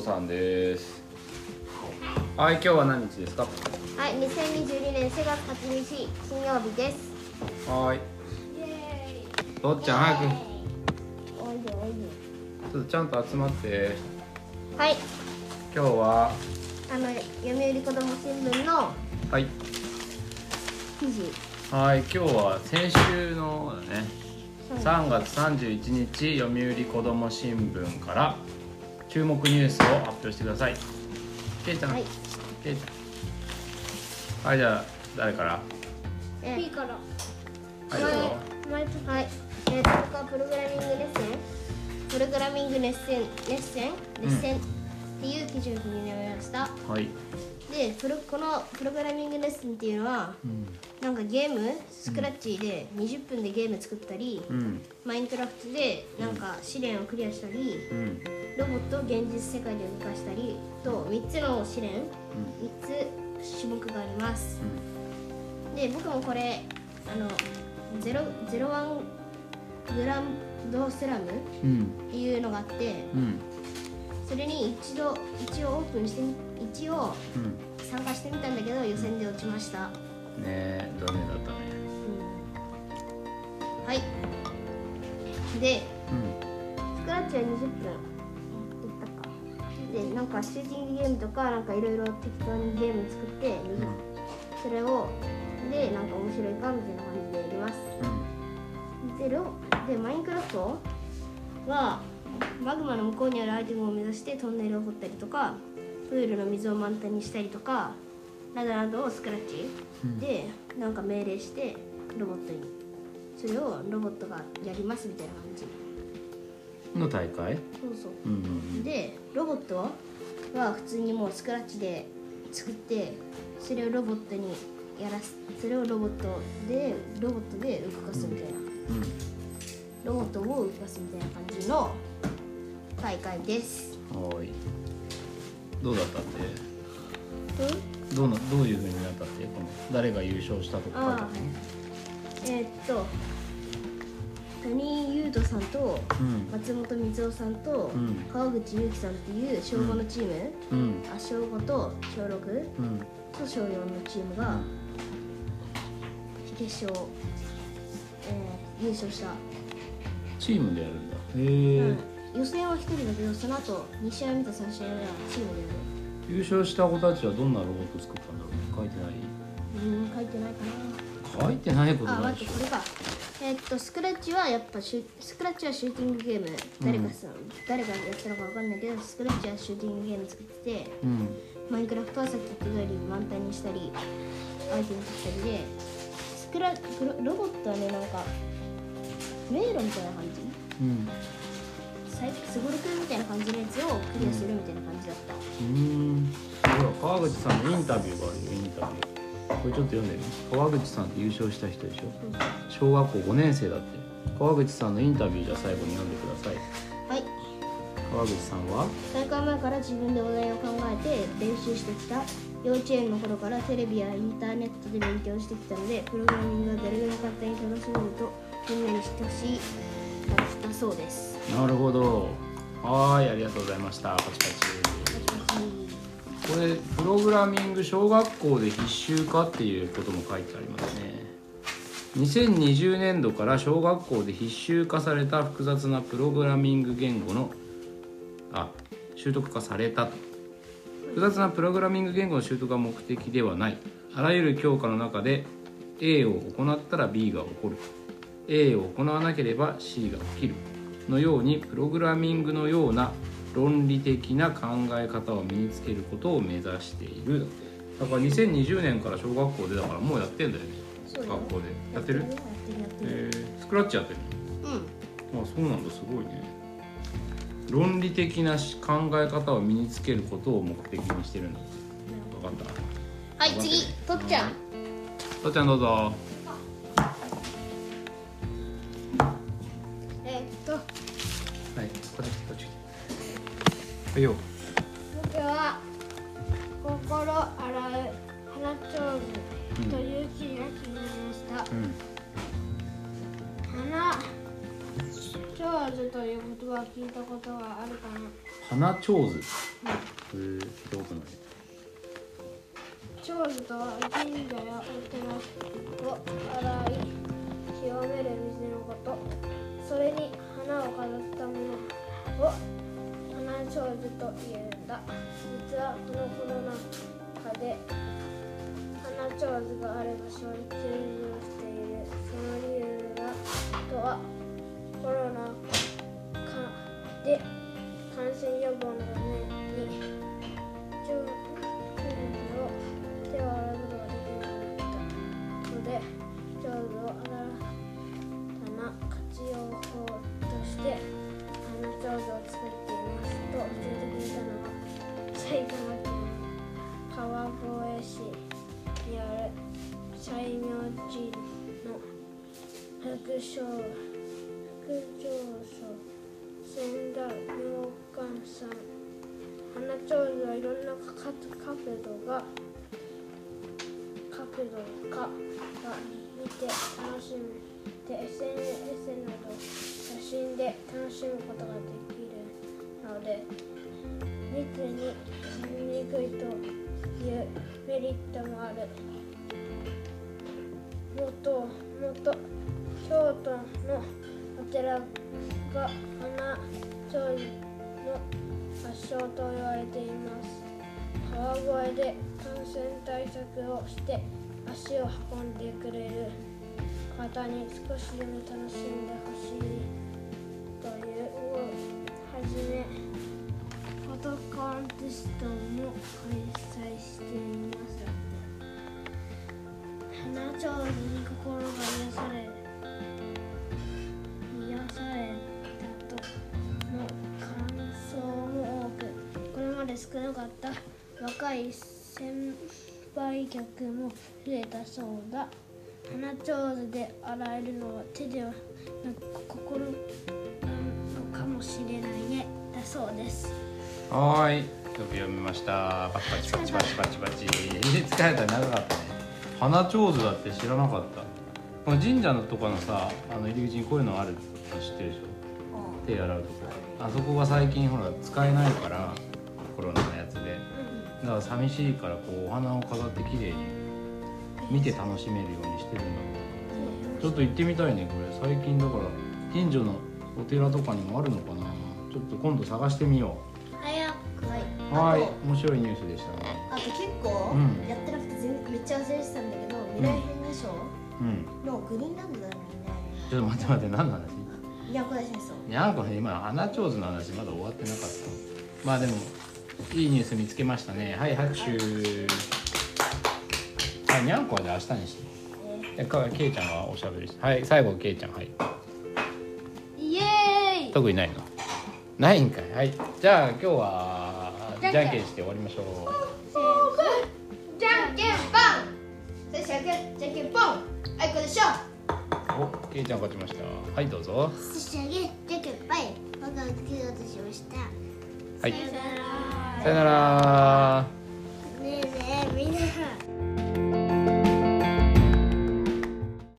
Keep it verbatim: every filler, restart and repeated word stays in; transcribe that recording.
父さんです。はい、今日は何日ですか？ はい、にせんにじゅうにねんしがつはちにち金曜日です。 はい。 イエーイ。 とっちゃん早く。 おいでおいで。 ちょっとちゃんと集まって。 はい。 今日はあの読売子ども新聞のはい記事。 はい、今日は先週のね、さんがつさんじゅういちにち読売子ども新聞から注目ニュースを発表してください。けいちゃん、 はい。 けいちゃん。はい、じゃあ誰から？ えー、P から。 はいどうぞ。 はい。えー、と僕はプログラミング熱戦、プログラミング熱戦熱戦熱戦っていう記事を読みました。 はい。 で、プロこのプログラミングレッスンっていうのは、うん、なんかゲームスクラッチでにじゅっぷんでゲーム作ったり、うん、マインクラフトでなんか試練をクリアしたり、うん、ロボットを現実世界で動かしたりとみっつの試練、うん、みっつ種目があります、うん、で僕もこれあのゼロゼロワングランドスラムっていうのがあって、うん、それに一度一応オープンして一応参加してみたんだけど予選で落ちました。ねえ、ダメだったね。 うん、はい。で、うん、スクラッチはにじゅっぷんいったか。で、なんかシューティングゲームとかなんかいろいろ適当にゲーム作って、うん、それをでなんか面白いかみたいな感じでやります。うん、で、ロでマインクラフトはマグマの向こうにあるアイテムを目指してトンネルを掘ったりとか、プールの水を満タンにしたりとかなどなどをスクラッチでなんか命令してロボットにそれをロボットがやりますみたいな感じの大会。 そうそう、うんうん、でロボットは普通にもうスクラッチで作ってそれをロボットにやらすそれをロボットでロボットで動かすみたいな、うんうん、ロボットを動かすみたいな感じの大会です。 はい。どうだったって？ うん？ どうなどういう風になったって？この誰が優勝したとか書いてあるの？ えー、っと谷優斗さんと松本光雄さんと川口祐希さんっていう小ごのチーム、うん、あ小ごと小ろく、うん、と小よんのチームが決勝、えー、優勝した。 チームでやるんだ。へえ。うん予選はひとりだけど、その後にしあいめとさんしあいめはチームでやる。 優勝した子たちはどんなロボット作ったんだろうね。書いてない？ うん、書いてないかな。書いてないことだし。 あ、待って、これか。えー、っとスクラッチはやっぱシュスクラッチはシューティングゲーム、誰かさ、うん、誰がやったのかわかんないけど、スクラッチはシューティングゲーム作ってて、うん、マインクラフトはさっき言った通り満タンにしたり、アイテム作ったりで、スクラロロボットはねなんか迷路みたいな感じ。うん。すごろくみたいな感じのやつをクリアするみたいな感じだった。 うん。ほら川口さんのインタビューがあるよ。インタビュー。これちょっと読んでみ。川口さんって優勝した人でしょ。うん、小学校ごねんせいだって。川口さんのインタビューじゃ最後に読んでください。 はい。 川口さんは大会前から自分でお題を考えて練習してきた。幼稚園の頃からテレビやインターネットで勉強してきたので、プログラミングが誰でも簡単に楽しめるとみんなに知ってほしいだそうです。 なるほど。はい、ありがとうございました。パチパチ。これプログラミング小学校で必修化っていうことも書いてありますね。にせんにじゅうねんどから小学校で必修化された複雑なプログラミング言語のあ習得化されたと。複雑なプログラミング言語の習得が目的ではない。あらゆる教科の中で A を行ったら B が起こる。A を行わなければ C が起きる。のようにプログラミングのような論理的な考え方を身につけることを目指している。だからにせんにじゅうねんから小学校でだからもうやってんだよね。学校でやってる？やってるやってる。えー、スクラッチやってるの？うん。あ、そうなんだ、すごいね。論理的な考え方を身につけることを目的にしてるんだ。分かった？ はい、次、とっちゃん。 とっちゃんどうぞ。はい、こっちこっち。はいよ。 僕は心洗う花ちょうずという記事が気になりました。うん、花ちょうずという言葉を聞いたことはあるかな？ 花ちょうず。へえ、聞いたことない。 ちょうずとは神社やお寺を洗い清める水のこと。それに花を飾ったものを花ちょうずと言うんだ。実はこのコロナ禍で花ちょうずがある場所に急増している。その理由がとはコロナ禍で感染予防のためにちょうずを手を洗うことができなくなったので、ちょうずを新たな活用法として花ちょうずを作っていますと教えてくれたのは、埼玉県川越市にある西明寺の副省副上所千田明館さん。花ちょうずはいろんな角度が角度かが見て楽しむで エスエヌエス など写真で楽しむことができるので、密にされにくいというメリットもある。元元京都のお寺が花ちょうずの発祥と言われています。川越で感染対策をして足を運んでくれる方に少しでも楽しんでほしいというをはじめ、フォトコンテストも開催しています。花ちょうずに心が癒され癒されたとの感想も多く、これまで少なかった若い先輩客も増えたそうだ。花ちょうずで洗えるのは手ではなく心なのかもしれないね、だそうです。 はーい、よく読みました。パチパチパチパチパチパチ。疲れた、長かったね。花ちょうずだって知らなかった。この神社のとかのさ、あの入り口にこういうのあるの知ってるでしょ。手洗うとこ。あそこが最近ほら使えないから、コロナのやつで。だから寂しいからこうお花を飾って綺麗に見て楽しめるようにしてるんだけど、ちょっと行ってみたいねこれ。最近だから近所のお寺とかにもあるのかな。ちょっと今度探してみよう。 早く。 はい、面白いニュースでしたね。 あと結構うんやってなくて全然めっちゃ忘れてたんだけど、未来編でしょうん。 のグリーンランドだよね。 ちょっと待って待って、何の話？ いやこれ戦争。 にゃんこね、今花ちょうずの話まだ終わってなかった。まあでもいいニュース見つけましたね。はい拍手。はい、にゃんこはじゃあ明日にして。でかけいちゃんはおしゃべりして。はい、最後けいちゃん。はい。 イエーイ。 特にないの？ないんかい。はい。じゃあ今日はじゃんけんして終わりましょう。 じゃんけんぽん。そしてじゃんけんぽん。あいこでしょ。 お、けいちゃん勝ちました。はいどうぞ。 そしてあげじゃんけんぽい。僕は好きだとしました。 はい。 さよなら。 さよなら。